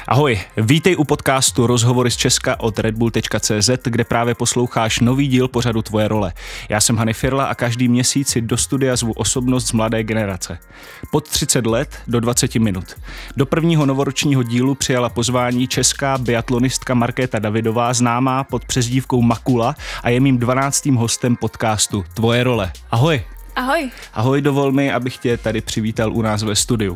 Ahoj, vítej u podcastu Rozhovory z Česka od redbull.cz, kde právě posloucháš nový díl pořadu Tvoje role. Já jsem Hany Firla a každý měsíc si do studia zvu osobnost z mladé generace. Pod 30 let do 20 minut. Do prvního novoročního dílu přijala pozvání česká biatlonistka Markéta Davidová, známá pod přezdívkou Makula, a je mým 12. hostem podcastu Tvoje role. Ahoj. Ahoj. Ahoj, dovol mi, abych tě tady přivítal u nás ve studiu.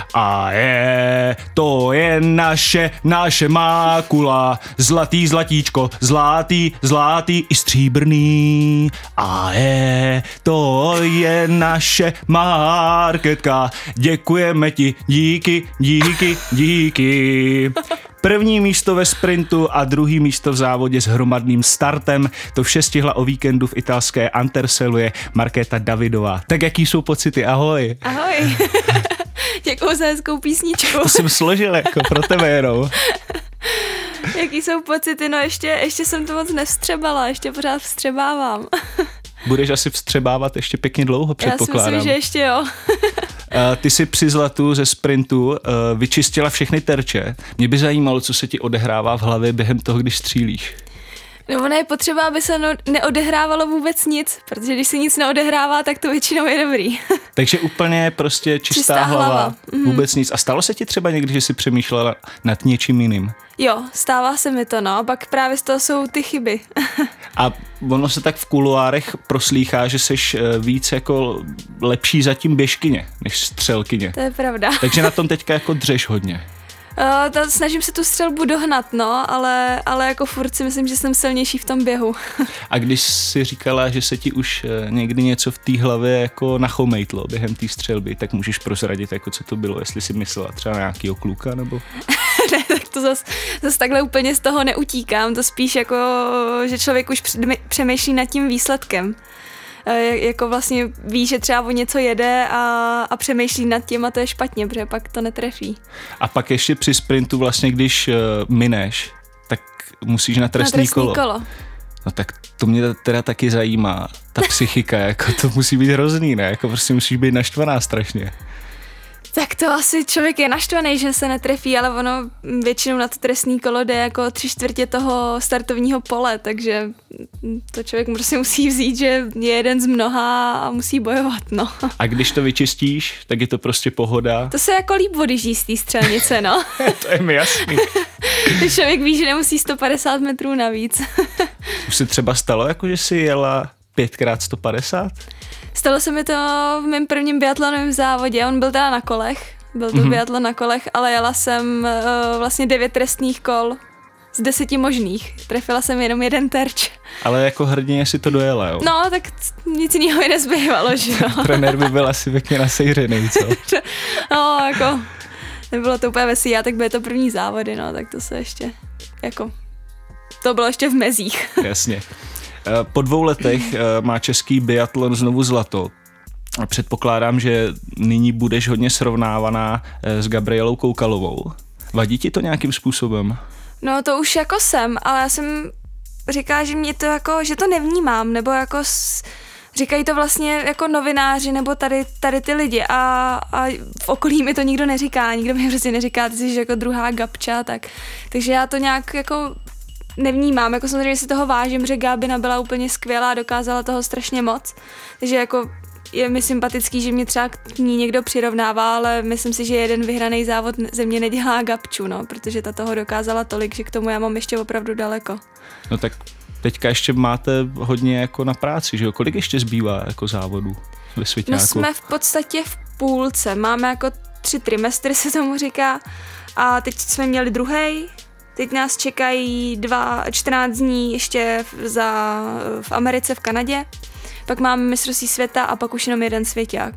To je naše Makula, zlatíčko, zlatý i stříbrný. To je naše Markétka, děkujeme ti, díky. První místo ve sprintu a druhý místo v závodě s hromadným startem. To vše stihla o víkendu v italské Anterseluje Markéta Davidová. Tak jaký jsou pocity? Ahoj. Ahoj. Děkuju za hezkou písničku. To jsem složil jako pro tebe jenom. Jaký jsou pocity? No ještě jsem to moc nevstřebala, ještě pořád vstřebávám. Budeš asi vstřebávat ještě pěkně dlouho, předpokládám. Já si myslím, že ještě jo. Ty si při zlatu ze sprintu vyčistila všechny terče. Mě by zajímalo, co se ti odehrává v hlavě během toho, když střílíš. No ono je potřeba, aby se neodehrávalo vůbec nic, protože když se nic neodehrává, tak to většinou je dobrý. Takže úplně prostě čistá hlava. Vůbec nic. A stalo se ti třeba někdy, že jsi přemýšlela nad něčím jiným? Jo, stává se mi to, no. Pak právě z toho jsou ty chyby. A ono se tak v kuloárech proslýchá, že seš víc jako lepší zatím běžkyně, než střelkyně. To je pravda. Takže na tom teďka jako dřeš hodně. Snažím se tu střelbu dohnat, no, ale jako furt si myslím, že jsem silnější v tom běhu. A když jsi říkala, že se ti už někdy něco v té hlavě jako nachomejtlo během té střelby, tak můžeš prozradit, jako co to bylo, jestli si myslela třeba na nějakýho kluka, nebo... Ne, tak to zas takhle úplně z toho neutíkám, to spíš jako, že člověk už přemýšlí nad tím výsledkem. Jako vlastně ví, že třeba o něco jede a přemýšlí nad tím a to je špatně, protože pak to netrefí. A pak ještě při sprintu vlastně, když mineš, tak musíš na trestní kolo. No tak to mě teda taky zajímá, ta psychika, jako to musí být hrozný, ne? Jako prostě musíš být naštvaná strašně. Tak to asi člověk je naštvaný, že se netrefí, ale ono většinou na to trestní kolo jde jako 3/4 toho startovního pole, takže to člověk prostě musí vzít, že je jeden z mnoha a musí bojovat, no. A když to vyčistíš, tak je to prostě pohoda? To se jako líp odjíždí z té střelnice, no. To je mi jasný. Člověk ví, že nemusí 150 metrů navíc. Už se třeba stalo, jako že jsi jela 5x150? Stalo se mi to v mém prvním biatlonovém závodě, on byl teda na kolech, byl to biatlon na kolech, ale jela jsem vlastně 9 trestných kol z 10 možných, trefila jsem jenom jeden terč. Ale jako hrdinně si to dojela, jo? No, tak nic jiného mi nezbývalo, že jo. Trenér by byl asi pěkně nasejřený, co? No, jako, nebylo to úplně veselý, tak byly to první závody, no, tak to se ještě, jako, to bylo ještě v mezích. Jasně. Po 2 letech má český biatlon znovu zlato. Předpokládám, že nyní budeš hodně srovnávaná s Gabrielou Koukalovou. Vadí ti to nějakým způsobem? No to už jako jsem, ale já jsem říkala, že mě to jako, že to nevnímám, nebo jako říkají to vlastně jako novináři, nebo tady ty lidi a v okolí mi to nikdo neříká, nikdo mi prostě neříká, ty jsi jako druhá Gabča, takže já to nějak jako nevnímám, jako samozřejmě si toho vážím, že Gábina byla úplně skvělá, dokázala toho strašně moc, takže jako je mi sympatický, že mě třeba k ní někdo přirovnává, ale myslím si, že jeden vyhraný závod ze mě nedělá Gabču, no, protože ta toho dokázala tolik, že k tomu já mám ještě opravdu daleko. No tak teďka ještě máte hodně jako na práci, že jo? Kolik ještě zbývá jako závodů ve svěťáku? No jsme v podstatě v půlce, máme jako 3 trimestry, se tomu říká, a teď jsme měli druhej. Teď nás čekají 14 dní ještě v Americe, v Kanadě. Pak máme mistrovství světa a pak už jenom jeden svěťák.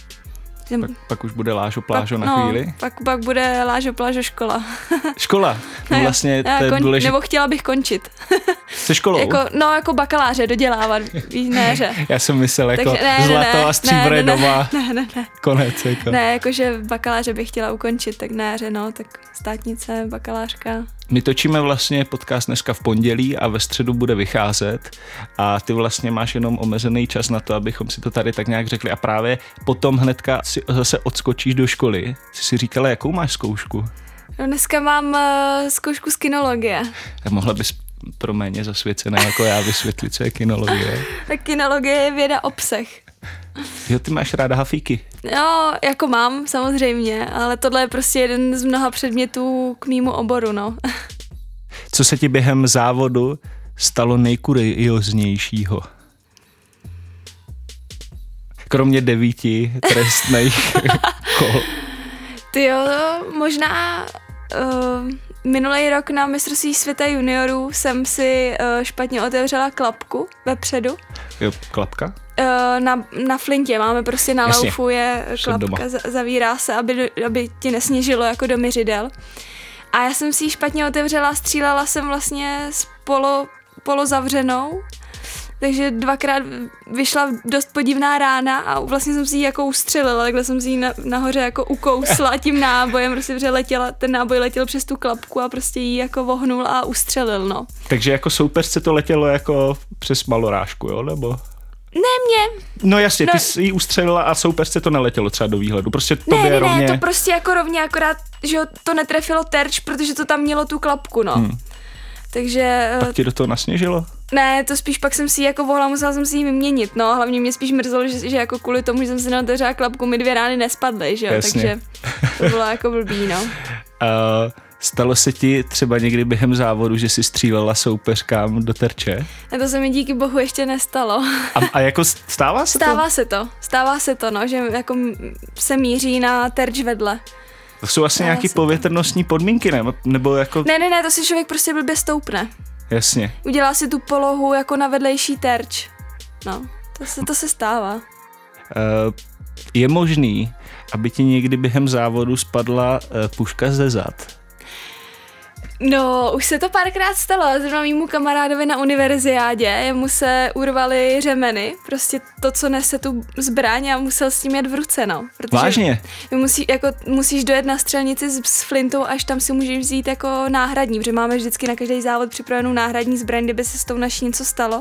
Pak už bude Lážo Plážo na chvíli? Pak bude Lážo Plážo škola. Škola? No vlastně to je důležité. Nebo chtěla bych končit. Se školou? jako bakaláře dodělávat, víš, ne, že. Já jsem myslel jako zlato a stříbro doma. Ne. Konec. Jako. Ne, jakože bakaláře bych chtěla ukončit, tak ne, že no, tak státnice, bakalářka. My točíme vlastně podcast dneska v pondělí a ve středu bude vycházet a ty vlastně máš jenom omezený čas na to, abychom si to tady tak nějak řekli a právě potom hnedka si zase odskočíš do školy. Jsi si říkala, jakou máš zkoušku? No, dneska mám zkoušku z kinologie. A mohla bys pro méně zasvěcené jako já vysvětlit, co je kinologie? Tak kinologie je věda o psech. Jo, ty máš ráda hafíky. No, jako mám, samozřejmě, ale tohle je prostě jeden z mnoha předmětů k mýmu oboru, no. Co se ti během závodu stalo nejkurioznějšího? Kromě 9 trestných kol. Tyjo, možná minulý rok na mistrovství světa juniorů jsem si špatně otevřela klapku vepředu. Jo, klapka? Na flintě máme prostě na laufu je klapka, zavírá se, aby ti nesněžilo jako do měřidel. A já jsem si ji špatně otevřela, střílela jsem vlastně s polozavřenou, takže 2krát vyšla dost podivná rána a vlastně jsem si ji jako ustřelila, takhle jsem si ji nahoře jako ukousla tím nábojem, prostě ten náboj letěl přes tu klapku a prostě ji jako vohnul a ustřelil, no. Takže jako soupeřce to letělo jako přes malorážku, jo, nebo? Ne, mě. No jasně, ty jsi ji ustřelila a soupeřce to neletělo třeba do výhledu, prostě tobě rovně. Ne, to prostě jako rovně, akorát, že to netrefilo terč, protože to tam mělo tu klapku, no. Takže... Pak ti do toho nasněžilo? Ne, to spíš pak jsem si ji jako vohla, musela jsem si ji vyměnit, no. Hlavně mě spíš mrzelo, že jako kvůli tomu, že jsem si neotevřela klapku, mi 2 rány nespadly, že jo, takže to bylo jako blbý, no. Stalo se ti třeba někdy během závodu, že jsi střílela soupeřkám do terče? A to se mi díky bohu ještě nestalo. A jako stává se to? Stává se to, no, že jako se míří na terč vedle. To jsou asi nějaký povětrnostní podmínky, ne? Nebo jako... Ne, to si člověk prostě blbě stoupne. Jasně. Udělá si tu polohu jako na vedlejší terč. No, to se stává. Je možný, aby ti někdy během závodu spadla puška ze zad? No, už se to párkrát stalo, zrovna mýmu kamarádovi na univerziádě, jemu se urvaly řemeny, prostě to, co nese tu zbraň a musel s tím jet v ruce, no. Vážně? Musíš dojet na střelnici s flintou, až tam si můžeš vzít jako náhradní, protože máme vždycky na každý závod připravenou náhradní zbraň, kdyby se s tou naší něco stalo.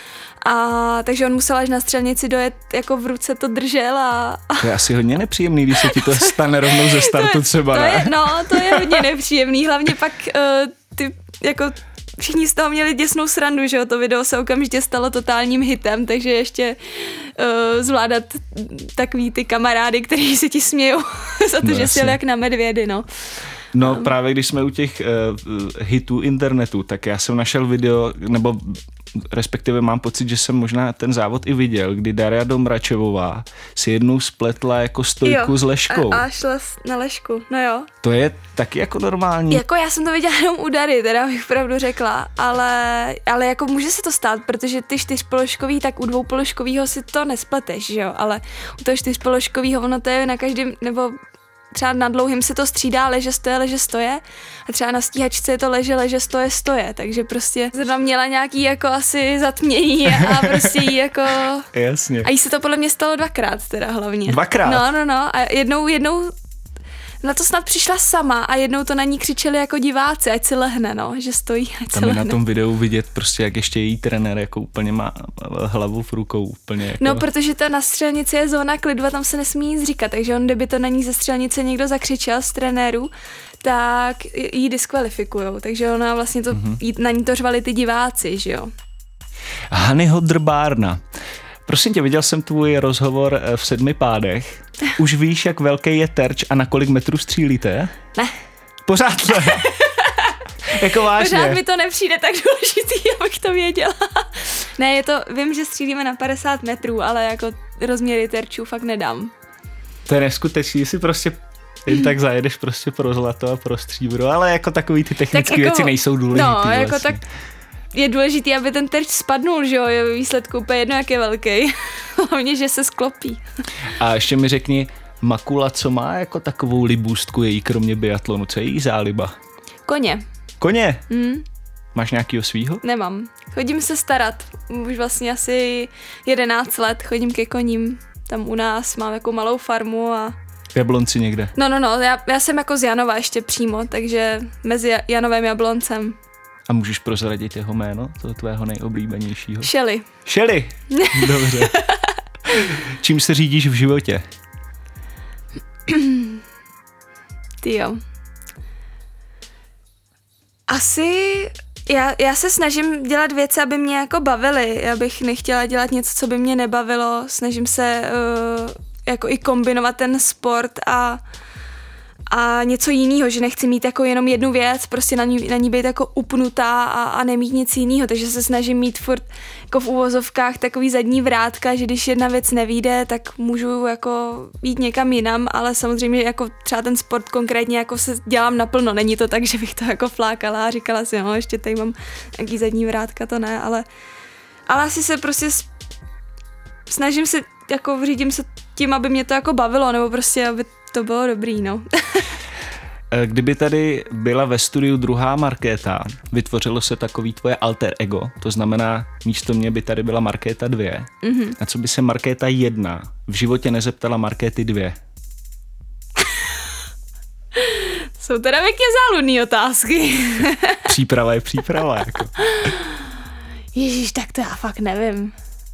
A takže on musel až na střelnici dojet, jako v ruce to držel a... To je asi hodně nepříjemný, když se ti to stane rovnou ze startu třeba, to je hodně nepříjemný, hlavně pak ty, jako všichni z toho měli děsnou srandu, že jo, to video se okamžitě stalo totálním hitem, takže ještě zvládat takový ty kamarády, kteří se ti smějou za to, že jsi jel jak na medvědy, no. No právě když jsme u těch hitů internetu, tak já jsem našel video, nebo respektive mám pocit, že jsem možná ten závod i viděl, kdy Daria Domračevová si jednou spletla jako stojku s ležkou. A šla na ležku, no jo. To je taky jako normální. Jako já jsem to viděla jenom u Dary, teda bych pravdu řekla, ale jako může se to stát, protože ty 4položkový, tak u 2položkovýho si to nespleteš, že jo, ale u toho 4položkovýho ono to je na každém, nebo třeba na dlouhým se to střídá leže stoje a třeba na stíhačce je to leže stoje, takže prostě zrovna měla nějaký jako asi zatmění a prostě jí jako... Jasně. A jí se to podle mě stalo 2krát teda hlavně. 2krát? No a jednou na to snad přišla sama a jednou to na ní křičeli jako diváci, ať si lehne, no, že stojí, ať tam si lehne. Na tom videu vidět prostě, jak ještě její trenér jako úplně má hlavu v rukou úplně jako... No, protože ta na střelnici je zóna klidu a tam se nesmí nic říkat, takže on, kdyby to na ní ze střelnice někdo zakřičel z trenérů, tak jí diskvalifikujou, takže ona vlastně to, na ní to řvali ty diváci, že jo. Hanyho Drbárna. Prosím tě, viděl jsem tvůj rozhovor v 7 pádech. Už víš, jak velký je terč a na kolik metrů střílíte? Ne. Pořád ne. Jako vážně. Pořád mi to nepřijde tak důležitý, abych to věděla. Ne, vím, že střílíme na 50 metrů, ale jako rozměry terčů fakt nedám. To je neskutečný, si prostě jen tak zajedeš prostě pro zlato a pro stříbro, ale jako takový ty technické jako, věci nejsou důležitý. No, jako vlastně. tak je důležitý, aby ten terč spadnul, že jo, je výsledku úplně jedno, jak je velký. Hlavně, že se sklopí. A ještě mi řekni, Makula, co má jako takovou libůstku její, kromě biatlonu, co je její záliba? Koně. Koně? Máš nějakýho svýho? Nemám. Chodím se starat. Už vlastně asi 11 let chodím ke koním. Tam u nás mám jako malou farmu a... Jablonci někde? No, já jsem jako z Janova ještě přímo, takže mezi Janovem a Jabloncem. A můžeš prozradit jeho jméno, toho tvého nejoblíbenějšího? Shelly. Shelly? Dobře. Čím se řídíš v životě? Tyjo. Asi já se snažím dělat věci, aby mě jako bavily. Já bych nechtěla dělat něco, co by mě nebavilo. Snažím se jako i kombinovat ten sport a něco jiného, že nechci mít jako jenom jednu věc, prostě na ní být jako upnutá a nemít nic jiného, takže se snažím mít furt jako v uvozovkách takový zadní vrátka, že když jedna věc nevyjde, tak můžu jako jít někam jinam, ale samozřejmě jako třeba ten sport konkrétně jako se dělám naplno, není to tak, že bych to jako flákala a říkala si, no ještě tady mám nějaký zadní vrátka, to ne, ale asi se prostě snažím se, jako řídím se tím, aby mě to jako bavilo, nebo prostě, aby to bylo dobrý, no. Kdyby tady byla ve studiu druhá Markéta, vytvořilo se takový tvoje alter ego, to znamená, místo mě by tady byla Markéta 2. Mm-hmm. A co by se Markéta 1 v životě nezeptala Markéty 2? Jsou teda pěkně záludný otázky. Příprava je příprava, jako. Ježíš, tak to já fakt nevím.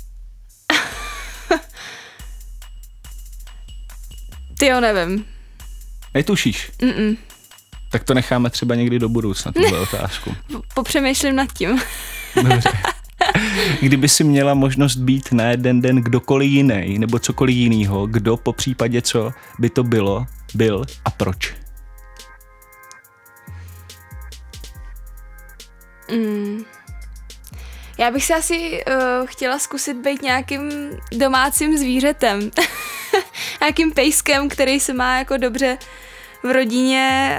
Tyjo, nevím. Netušíš? Mm-mm. Tak to necháme třeba někdy do budoucna, tuhle otázku. Popřemýšlím nad tím. Dobře. Kdyby si měla možnost být na jeden den kdokoliv jiný, nebo cokoliv jinýho, kdo po případě co by to byl a proč? Já bych se asi chtěla zkusit být nějakým domácím zvířetem. Nějakým pejskem, který se má jako dobře v rodině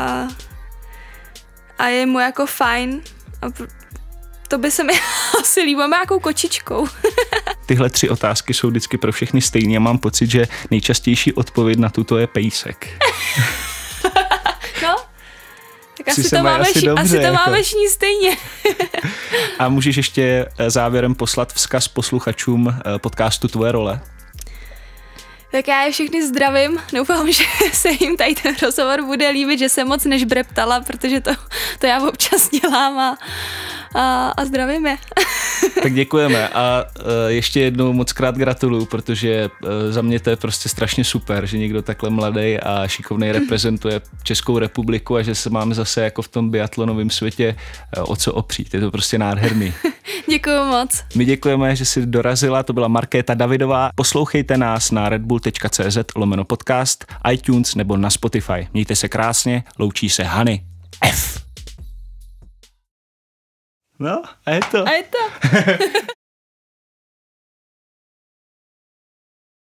a je mu jako fajn. A to by se mi asi líbilo, nějakou kočičkou. Tyhle 3 otázky jsou vždycky pro všechny stejné a mám pocit, že nejčastější odpověď na tuto je pejsek. No, tak asi to máme všichni stejně. A můžeš ještě závěrem poslat vzkaz posluchačům podcastu Tvoje role? Tak já je všechny zdravím, doufám, že se jim tady ten rozhovor bude líbit, že jsem moc nežbreptala, protože to já občas dělám a zdravím je. Tak děkujeme a ještě jednou moc krát gratuluju, protože za mě to je prostě strašně super, že někdo takhle mladý a šikovnej reprezentuje Českou republiku a že se máme zase jako v tom biatlonovém světě o co opřít. Je to prostě nádherný. Děkuju moc. My děkujeme, že jsi dorazila, to byla Markéta Davidová. Poslouchejte nás na redbull.cz/podcast, iTunes nebo na Spotify. Mějte se krásně, loučí se Hany F. No, a je to.